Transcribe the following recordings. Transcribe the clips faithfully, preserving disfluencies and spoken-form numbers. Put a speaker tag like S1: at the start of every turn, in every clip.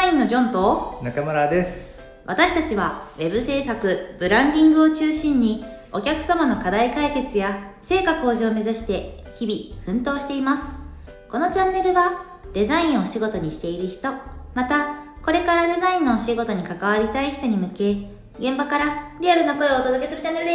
S1: インのジョンと
S2: 中村です。
S1: 私たちはウェブ制作、ブランディングを中心にお客様の課題解決や成果向上を目指して日々奮闘しています。このチャンネルはデザインをお仕事にしている人、またこれからデザインのお仕事に関わりたい人に向け、現場からリアルな声をお届けするチャンネルです。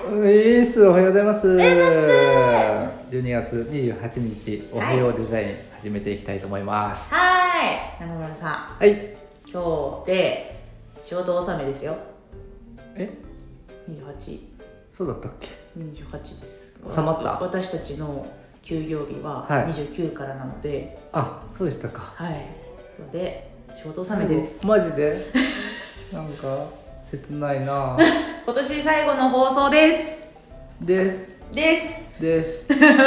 S2: ういっす、おはようございます。
S1: ういっす。
S2: じゅうにがつにじゅうはちにち、おはようデザイン始めていきたいと思います。
S1: はい、中村さん。
S2: はい。
S1: 今日で仕事納めですよ。
S2: え
S1: にじゅうはち。
S2: そうだったっけ？
S1: にじゅうはちです。
S2: 収まった。
S1: 私たちの休業日はにじゅうくからなので、
S2: はい、あ、そうでしたか。
S1: はい。なので仕事納めです。
S2: マジでなんか切ないな
S1: 今年最後の放送です
S2: です
S1: です
S2: です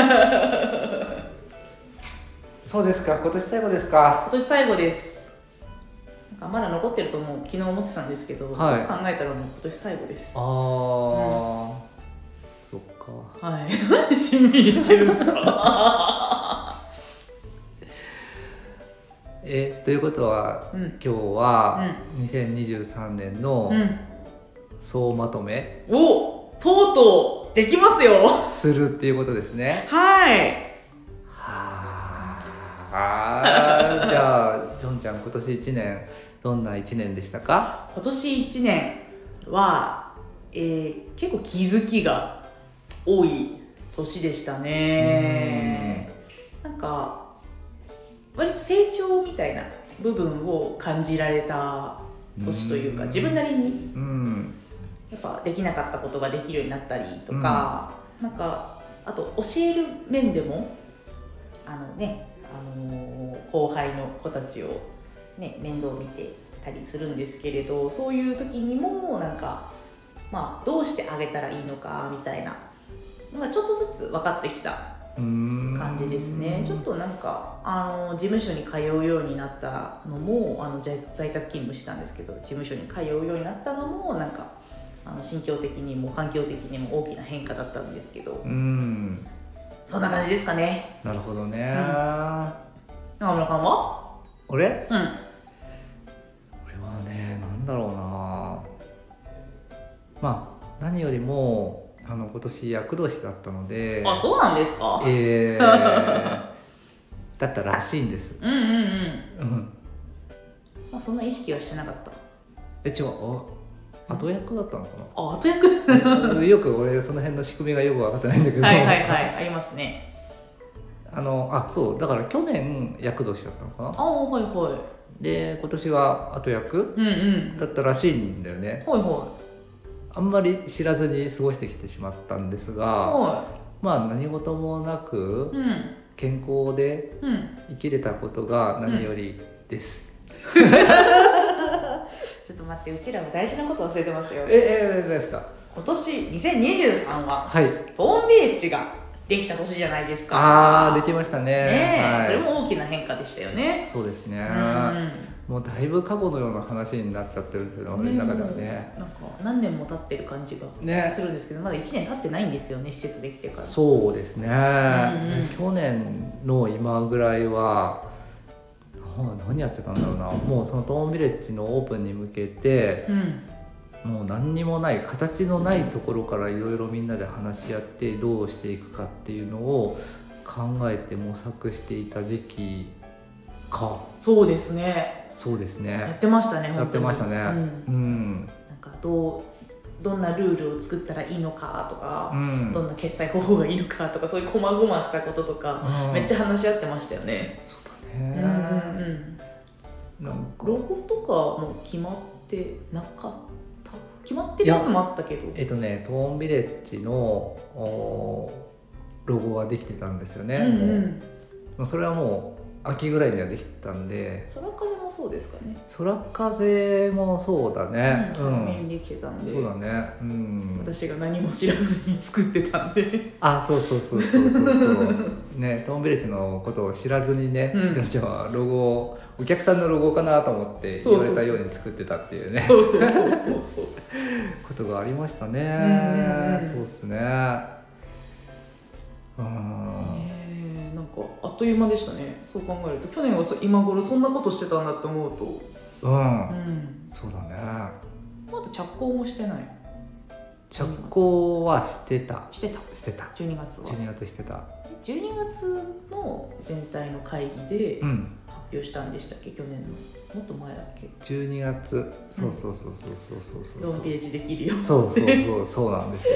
S2: そうですか。今年最後ですか。
S1: 今年最後です。なんかまだ残ってると思う。昨日思ってたんですけど、はい、考えたらもう今年最後です。
S2: ああ、うん、そっか。
S1: はい。なんでしんみりしてるんですか
S2: えということは、うん、今日はにせんにじゅうさんねんの総まとめ、
S1: うん、お、とうとうできますよ
S2: するっていうことですね。
S1: はい。
S2: はあじゃあジョンちゃん、今年いちねんどんないちねんでしたか？
S1: 今年いちねんは、えー、結構気づきが多い年でしたね。なんか割と成長みたいな部分を感じられた年というか、自分なりにやっぱできなかったことができるようになったりとか、うん、なんかあと教える面でもあのね、あのー、後輩の子たちをね、面倒見てたりするんですけれど、そういう時にもなんか、まあ、どうしてあげたらいいのかみたいなのがちょっとずつ分かってきた感じですね。ちょっとなんかあの事務所に通うようになったのも、あの在宅勤務したんですけど、事務所に通うようになったのもなんかあの心境的にも環境的にも大きな変化だったんですけど、うーん、そんな感じですかね。
S2: なるほどね、うん、
S1: 中村さんは？
S2: 俺？
S1: うん、
S2: 俺はね、なんだろうな、まあ何よりもあの今年厄年だったので。
S1: あ、そうなんですか？
S2: えー、だったらしいんです。
S1: うんうんうん、うん、
S2: ま
S1: あ、そんな意識はしてなかった。
S2: え、違う、後役だったのかな。
S1: あ、後役
S2: よく俺その辺の仕組みがよく分かってないんだけど。
S1: はいはいはい、ありますね。
S2: あのあそうだから去年厄年だったのかな。
S1: あ、はいはい。
S2: で今年は後役、うんうん、だったらしいんだよね。
S1: はいはい。
S2: あんまり知らずに過ごしてきてしまったんですが、はい、まあ何事もなく、うん、健康で生きれたことが何よりです、うんうん、ち
S1: ょっと待って、うちらも大事なこと忘れてますよ。
S2: ええ、何ですか？
S1: 今年にせんにじゅうさんは、はい、トーンビレッジができた年じゃないですか。
S2: ああ、できましたね。
S1: ね、はい、それも大きな変化でしたよね。
S2: そうですね、うん、もうだいぶ過去のような話になっちゃってるんですけど、俺の中ではね、
S1: なんか何年も経ってる感じがするんですけど、ね、まだいちねん経ってないんですよね、施設できてから。
S2: そうですね、うんうん、去年の今ぐらいは何やってたんだろうな。もうそのトーンビレッジのオープンに向けて、うん、もう何にもない形のないところからいろいろみんなで話し合ってどうしていくかっていうのを考えて模索していた時期か。
S1: そうですね。
S2: そうですね。
S1: やってましたね。
S2: やってましたね。うん。うん、
S1: なんかどうどんなルールを作ったらいいのかとか、うん、どんな決済方法がいいのかとか、そういう細々したこととか、うん、めっちゃ話し合ってましたよね。
S2: そうだね。うん
S1: うんうん。なんかロゴとかも決まってなかった。決まってるやつもあったけど。
S2: えっとね、トーンビレッジのロゴはできてたんですよね。うんうん、もうそれはもう秋ぐらいにはできたんで。
S1: 空風もそうですかね。
S2: 空風もそうだね。
S1: うん、早めにできてたんで。
S2: そうだね。うん。
S1: 私が何も知らずに作ってたんで。
S2: あ、そうそうそうそうそうそうね、トーンビレッジのことを知らずにね、ジョンちゃんはロゴをお客さんのロゴかなと思って言われたように作ってたっていうね。
S1: そうそうそうそうそう。
S2: ことがありましたね。そうっすね。
S1: うん。なんかかあっという間でしたね。そう考えると去年はそ今頃そんなことしてたんだって思うと、
S2: うん、
S1: うん、
S2: そうだね。
S1: まだ着工もしてない。
S2: 着工はしてた
S1: してた
S2: してた
S1: じゅうにがつは
S2: じゅうにがつしてた。
S1: じゅうにがつの全体の会議で
S2: うん、
S1: 発表したんでしたっけ、去年の。もっと前だっけ。
S2: じゅうにがつ、そうそうそうそうそうそうそう
S1: ローンページできるよ。
S2: そうそうそうそうなんですよ。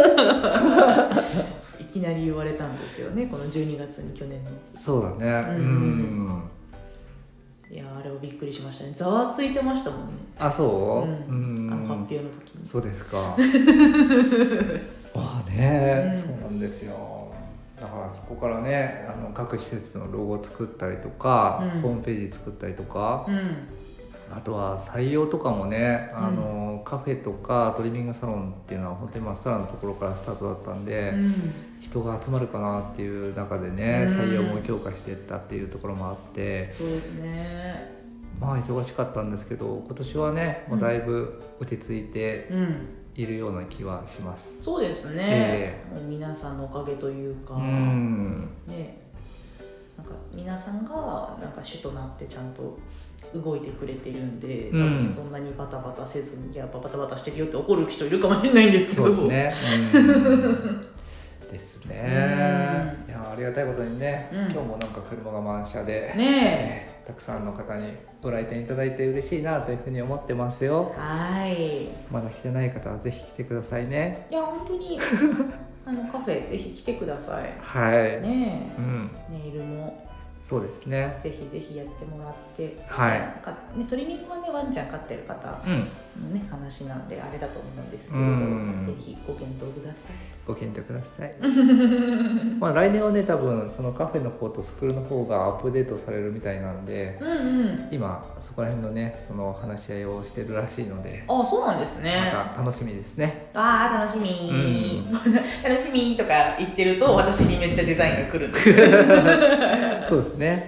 S1: いきなり言われたんですよね、このじゅうにがつに去年の。
S2: そうだね。
S1: うん、うんいやあれはびっくりしましたね。ざわついてましたもんね。
S2: あ、そう、
S1: うん、
S2: うん、
S1: あの発表の時に。
S2: そうですか。まあね、うん、そうなんですよ。だからそこからね、あの各施設のロゴを作ったりとか、うん、ホームページ作ったりとか、うん、あとは採用とかもね、あの、うん、カフェとかトリミングサロンっていうのは本当にまっさらなところからスタートだったんで、うん、人が集まるかなっていう中でね、うん、採用も強化していったっていうところもあって、
S1: そうですね。
S2: まあ忙しかったんですけど、今年はねもうだいぶ落ち着いているような気はします、
S1: うん、そうですね、えー、もう皆さんのおかげというか、うんね、なんか皆さんがなんか主となってちゃんと動いてくれてるんで、多分そんなにバタバタせずに、いやバタバタしてるよって怒る人いるかもしれないんですけど、
S2: そうですね、うんですね、いやありがたいことにね、うん、今日もなんか車が満車で、ねね、たくさんの方にご来店いただいて嬉しいなというふうに思ってますよ。
S1: はい、
S2: まだ来てない方はぜひ来てくださいね。
S1: いや本当にあのカフェぜひ来てください。
S2: はい
S1: ねえ、
S2: うん、
S1: ネイルも
S2: そうですね、
S1: ぜひぜひやってもらって、
S2: はい、
S1: なんかね、トリミングはねワンちゃん飼ってる方の、ね、うん、話なんであれだと思うんですけれど、うん、ぜひご検討ください。
S2: ご検討ください。まあ来年はね多分そのカフェの方とスクールの方がアップデートされるみたいなんで、うんうん、今そこら辺のねその話し合いをしてるらしいので、
S1: ああそうなんですね。
S2: また楽しみですね。
S1: ああ楽しみ、うん、楽しみとか言ってると私にめっちゃデザインが来るんです
S2: そうですね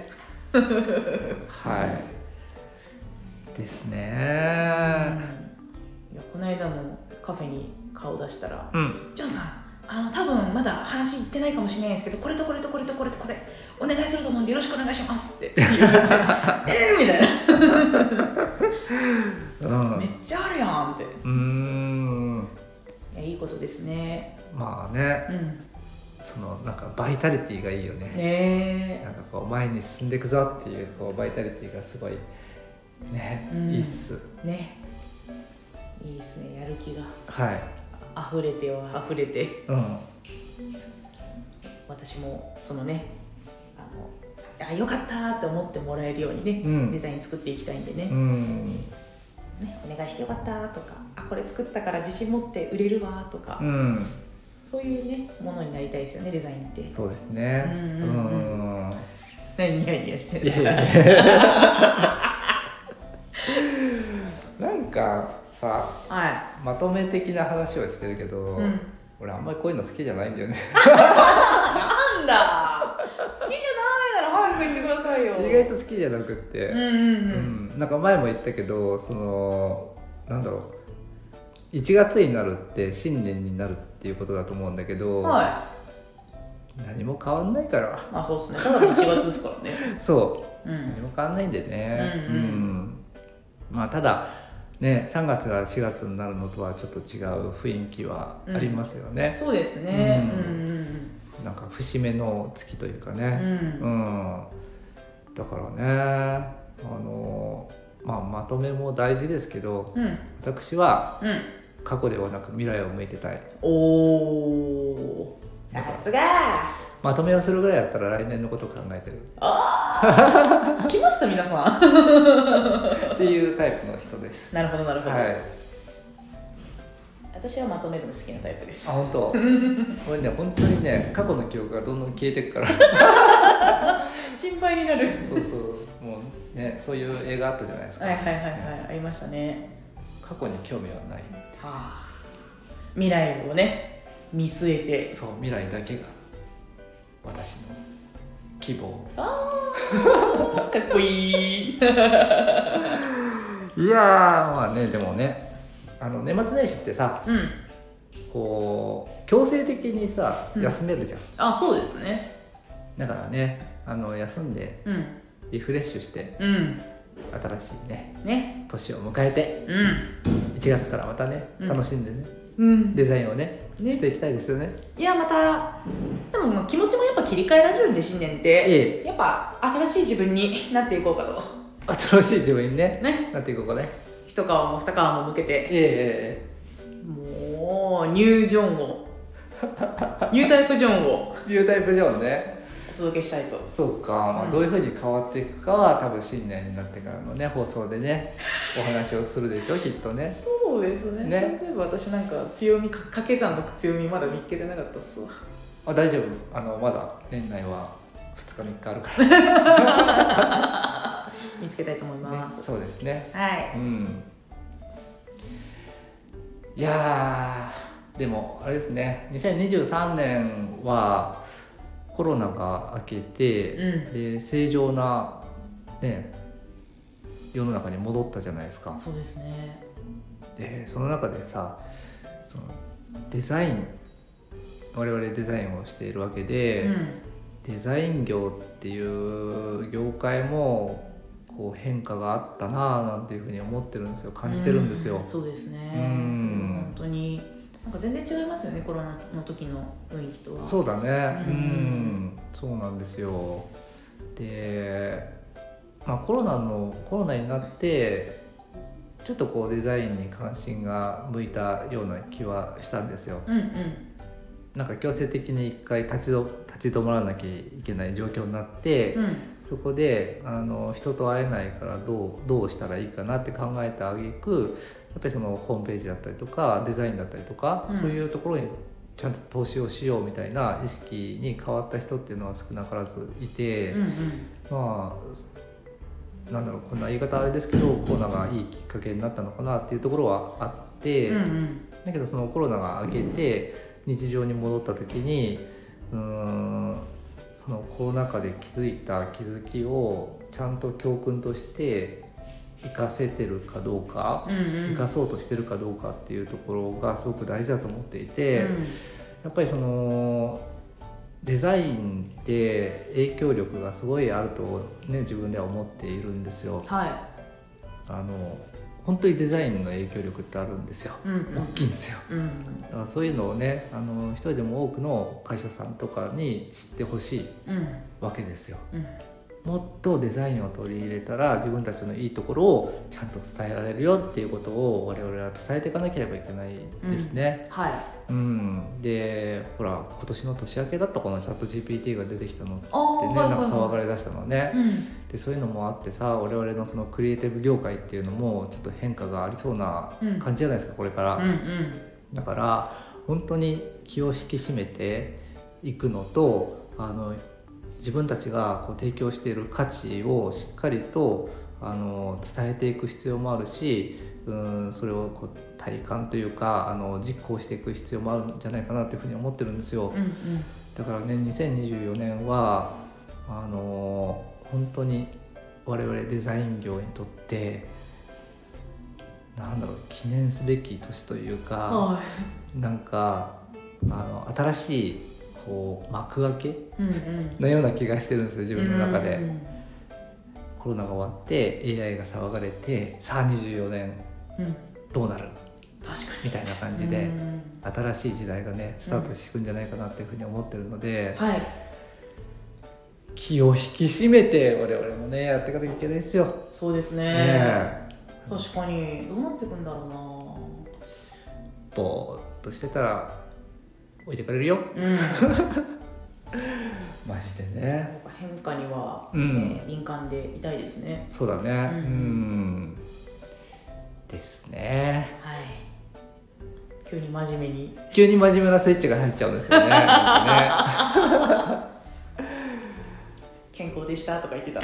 S2: はいですね、うん、い
S1: やこの間もカフェに顔出したら、うん、ジョンさんあの多分まだ話言ってないかもしれないんですけど、これとこれとこれとこれとこれお願いすると思うんでよろしくお願いしますって言われてえーみたいな、うん、めっちゃあるやんって。うーん、いやいいことですね。
S2: まあね、うん、そのなんかバイタリティがいいよね。
S1: ね、
S2: なんかこう前に進んでいくぞっていうこうバイタリティがすごいね、うん、いいっす
S1: ね。いいっすね、やる気が
S2: はい
S1: 溢れては溢れて、
S2: うん、
S1: 私もそのねあのあよかったって思ってもらえるようにね、うん、デザイン作っていきたいんでね、うん、ねお願いしてよかったとか、あこれ作ったから自信持って売れるわとか、うん、そういうねものになりたいですよね、デザインって。
S2: そうですね、うんうんうん、
S1: 何ニヤニヤしてるんですか。
S2: なんかさ、
S1: はい、
S2: まとめ的な話をしてるけど、うん、俺あんまりこういうの好きじゃないんだよね。
S1: なんだ好きじゃないなら早く言ってくださいよ。
S2: 意外と好きじゃなくって、うんうんうんうん、なんか前も言ったけど、そのなんだろういちがつになるって新年になるっていうことだと思うんだけど、はい、何も変わんないから。
S1: あ、そうですね、ただのいちがつですからね。
S2: そう、うん、何も変わんないんでね、うんうんうん、まあただね、さんがつがしがつになるのとはちょっと違う雰囲気はありますよね、
S1: うん、そうですね、
S2: うんうんうん、なんか節目の月というかね、うんうん、だからねあの、まあ、まとめも大事ですけど、うん、私は過去ではなく未来を向いてたい。
S1: おー、さすが。
S2: まとめをするぐらいだったら来年のことを考えてる。
S1: ああ聞きました皆さん
S2: っていうタイプの人です。
S1: なるほどなるほど、
S2: はい、
S1: 私はまとめるの好きなタイプです。
S2: あ、本当。これね本当にね過去の記憶がどんどん消えていくから
S1: 心配になる。
S2: そうそう、もうねそういう映画あったじゃないですか。
S1: はいはいはいはい、ありましたね。
S2: 過去に興味はないって、
S1: はあ、未来をね見据えて。
S2: そう、未来だけが私の希望。
S1: あーかっこいい。いや
S2: ーまあね、でもねあの年末年始ってさ、うん、こう強制的にさ休めるじゃん、
S1: うん、あ、そうですね。
S2: だからねあの休んで
S1: うん
S2: リフレッシュして、
S1: うん、
S2: 新しいね
S1: ね、
S2: 年を迎えて、
S1: うん、
S2: いちがつからまたね、
S1: うん、
S2: 楽しんでね、
S1: うん、
S2: デザインをね、
S1: ね
S2: していきたいですよね。
S1: いやまたでも気持ちもやっぱ切り替えられるんで、新年って、ええ、やっぱ新しい自分になっていこうかと。
S2: 新しい自分にね、
S1: ね
S2: なっていこうかね。
S1: 一皮も二皮も向けて、
S2: ええ
S1: もうニュージョンをニュータイプジョンを
S2: ニュータイプジョンね
S1: お届けしたいと。
S2: そうか、まあ
S1: うん、
S2: どういうふうに変わっていくかは多分新年になってからのね放送でねお話をするでしょきっとね。
S1: そうですね。
S2: ね、
S1: 例えば私なんか強み掛け算の強みまだ見つけてなかったっすわ。
S2: あ、大丈夫、あのまだ年内はふつかみっかあるから
S1: 見つけたいと思います、
S2: ね、そうですね、
S1: はい、
S2: うん、いやでもあれですね、にせんにじゅうさんねんはコロナが明けて、うん、で正常なね世の中に戻ったじゃないですか。
S1: そうですね。
S2: でその中でさ、そのデザイン、我々デザインをしているわけで、うん、デザイン業っていう業界もこう変化があったななんていうふうに思ってるんですよ、感じてるんですよ、
S1: うん、そうですね、
S2: うん、
S1: 本当になんか全然違いますよね、コロナの時の雰囲気とは。
S2: そうだね、うん、うん、そうなんですよ。で、まあ、コロナのコロナになってちょっとこうデザインに関心が向いたような気はしたんですよ、うんうん、なんか強制的に一回立ちど立ち止まらなきゃいけない状況になって、うん、そこであの人と会えないからどう、どうしたらいいかなって考えた挙句、やっぱりそのホームページだったりとかデザインだったりとか、うん、そういうところにちゃんと投資をしようみたいな意識に変わった人っていうのは少なからずいて、うんうん、まあなんだろう、こんな言い方あれですけどコロナがいいきっかけになったのかなっていうところはあって、うんうん、だけどそのコロナが明けて日常に戻った時にうーんそのコロナ禍で気づいた気づきをちゃんと教訓として生かせてるかどうか、うんうん、生かそうとしてるかどうかっていうところがすごく大事だと思っていて、うん、やっぱりそのデザインって影響力がすごいあると、ね、自分では思っているんですよ、はい、あの本当にデザインの影響力ってあるんですよ、うんうん、大きいんですよ、うんうん、だからそういうのをね、あの一人でも多くの会社さんとかに知ってほしいわけですよ、うんうん、もっとデザインを取り入れたら自分たちのいいところをちゃんと伝えられるよっていうことを我々は伝えていかなければいけないですね、うん、はい、うん、でほら今年の年明けだったこのチャット ジーピーティー が出てきたのってね、なんか騒がれ出したのね、うん、でそういうのもあってさ、我々のそのクリエイティブ業界っていうのもちょっと変化がありそうな感じじゃないですか、うん、これから、うんうん、だから本当に気を引き締めていくのと、あの自分たちがこう提供している価値をしっかりとあの伝えていく必要もあるし、うん、それをこう体感というかあの実行していく必要もあるんじゃないかなというふうに思ってるんですよ、うんうん、だからねにせんにじゅうよねんはあの本当に我々デザイン業にとってなんだろう、記念すべき年というか、はい、なんかあの新しいこう幕開けのような気がしてるんですよ、自分の中で、うんうん、コロナが終わって エーアイ が騒がれて、さあにじゅうよねんどうなる、うん、確かにみたいな感じで、うん、新しい時代がねスタートしていくんじゃないかなっていうふうに思ってるので、うん、はい、気を引き締めて我々もねやっていかなきゃいけないですよ。
S1: そうです ね, ね確かにどうなっていくんだろうな。
S2: ぼーっとしてたら置いてかれるよ、うん、マジでね。
S1: 変化には、ね、うん、敏感でいたいですね。
S2: そうだね、うん、うん、ですね。はい。
S1: 急に真面目に
S2: 急に真面目なスイッチが入っちゃうんですよね。なんかね
S1: 健康でしたとか言ってた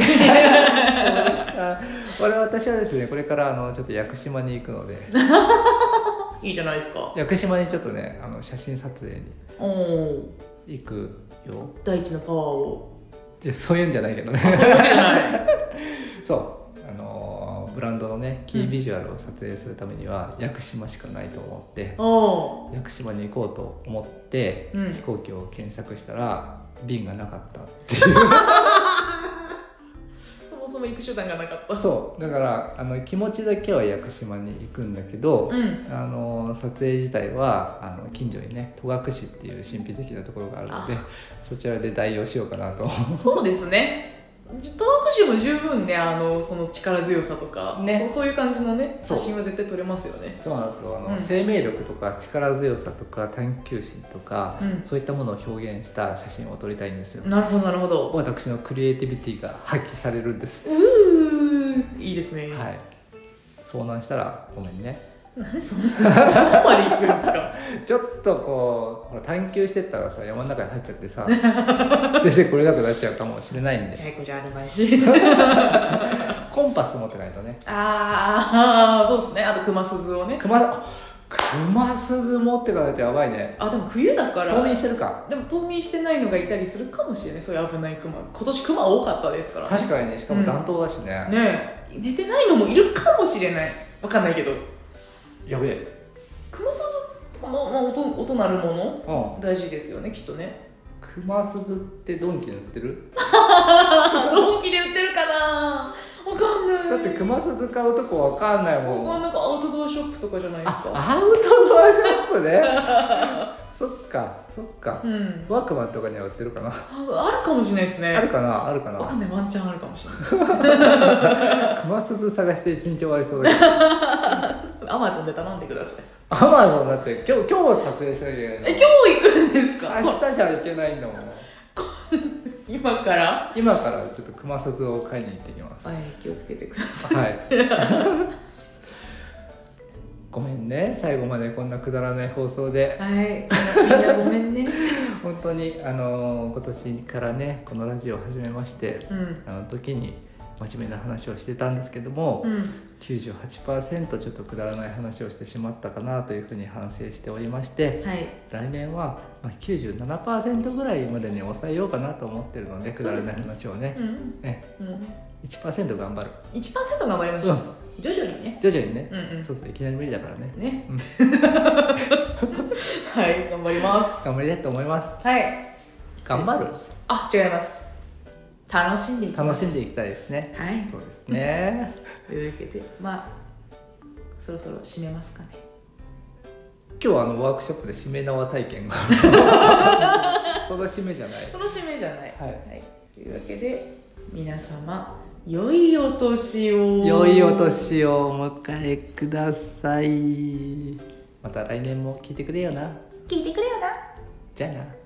S2: これ私はですね、これからあのちょっと屋久島に行くので
S1: いいじゃないですか。
S2: 屋久島にちょっとね、あの写真撮影に行くよ。
S1: 大地のパワーを。
S2: じゃそういうんじゃないけどね。そう
S1: じゃない
S2: そうあのブランドのねキービジュアルを撮影するためには、うん、屋久島しかないと思って、屋久島に行こうと思って、うん、飛行機を検索したら便がなかったっていう
S1: そもそも行く手段がなかった。
S2: そうだからあの気持ちだけは屋久島に行くんだけど、
S1: うん、あ
S2: の撮影自体はあの近所にね戸隠っていう神秘的なところがあるので、そちらで代用しようかなと。
S1: そうですね。戸隠も十分ね、あのその力強さとか、ね、そう、そういう感じのね写真は絶対撮れますよね。
S2: そうなんですよ。あの、
S1: うん、
S2: 生命力とか力強さとか探求心とか、
S1: うん、
S2: そういったものを表現した写真を撮りたいんですよ。
S1: なるほどなるほど。
S2: 私のクリエイティビティが発揮されるんです。
S1: うー、いいですね。
S2: はい。遭難したらごめんね。
S1: 何そんなどこまで行くんですか。
S2: ちょっとこうほら探求してったらさ、山の中に入っちゃってさ出てこれなくなっちゃうかもしれないんで。
S1: ちっちゃい子じゃあるまいし
S2: コンパス持ってないとね。
S1: ああ、そうですね。あと熊鈴をね。
S2: 熊熊鈴持ってかないとやばいね。
S1: あ、でも冬だから
S2: 冬眠してるか。
S1: でも冬眠してないのがいたりするかもしれない。そういう危ない熊、今年熊多かったですから、ね、
S2: 確かにね。しかも暖冬だしね、
S1: うん、ねえ、寝てないのもいるかもしれない。わかんないけど。
S2: やべえ。
S1: 熊鈴とかも、まあ、音, 音鳴るもの、うん、大事ですよね、きっとね。
S2: 熊鈴ってドンキで売ってる
S1: ドンキで売ってるかな、わかんない。
S2: だって熊鈴買うとこわかんないもん。
S1: なんかアウトドアショップとかじゃないですか。
S2: アウトドアショップねそっかそっか、うん、ワークマンとかには売ってるかな。
S1: あ, あるかもしれないですね。
S2: あるかなあるかな、
S1: わかんない。ワンチャンあるかもしれない
S2: 熊鈴探して一日終わりそうだけどア
S1: マゾンで頼んでください。
S2: アマゾンだって今日今日撮影しなきゃいけないの。
S1: え、今日行くんですか。
S2: 明日じゃいけないんだもん
S1: 今から
S2: 今からちょっと熊鈴を買いに行ってきます。
S1: はい、気をつけてください。
S2: はいごめんね、最後までこんなくだらない放送で。
S1: はい、みんなごめんね
S2: 本当にあの今年からねこのラジオを始めまして、うん、あの時に真面目な話をしてたんですけども、うん、きゅうじゅうはちパーセント ちょっとくだらない話をしてしまったかなというふうに反省しておりまして、はい、来年は、まあ、きゅうじゅうななパーセント ぐらいまでに抑えようかなと思ってるので、くだらない話をね、うん、ね、うん、いちパーセント 頑張る。
S1: いちパーセント 頑張りましょう、うん、徐々にね
S2: 徐々にね、
S1: うんうん、
S2: そうそう、いきなり無理だからね
S1: ね、
S2: うん、
S1: はい頑張ります。
S2: 頑張りたいと思います。
S1: はい、
S2: 頑張る、
S1: あ、違います、楽しんでいきます。
S2: 楽しんでいきたいですね。
S1: はい、
S2: そうですね
S1: というわけで、まあそろそろ締めますかね。
S2: 今日はあのワークショップで締め縄体験があるその締めじゃない
S1: その締めじゃない、はい
S2: はい、
S1: というわけで皆様良いお年を
S2: 良いお年をお迎えください。また来年も聞いてくれよな。
S1: 聞いてくれよな。
S2: じゃあな。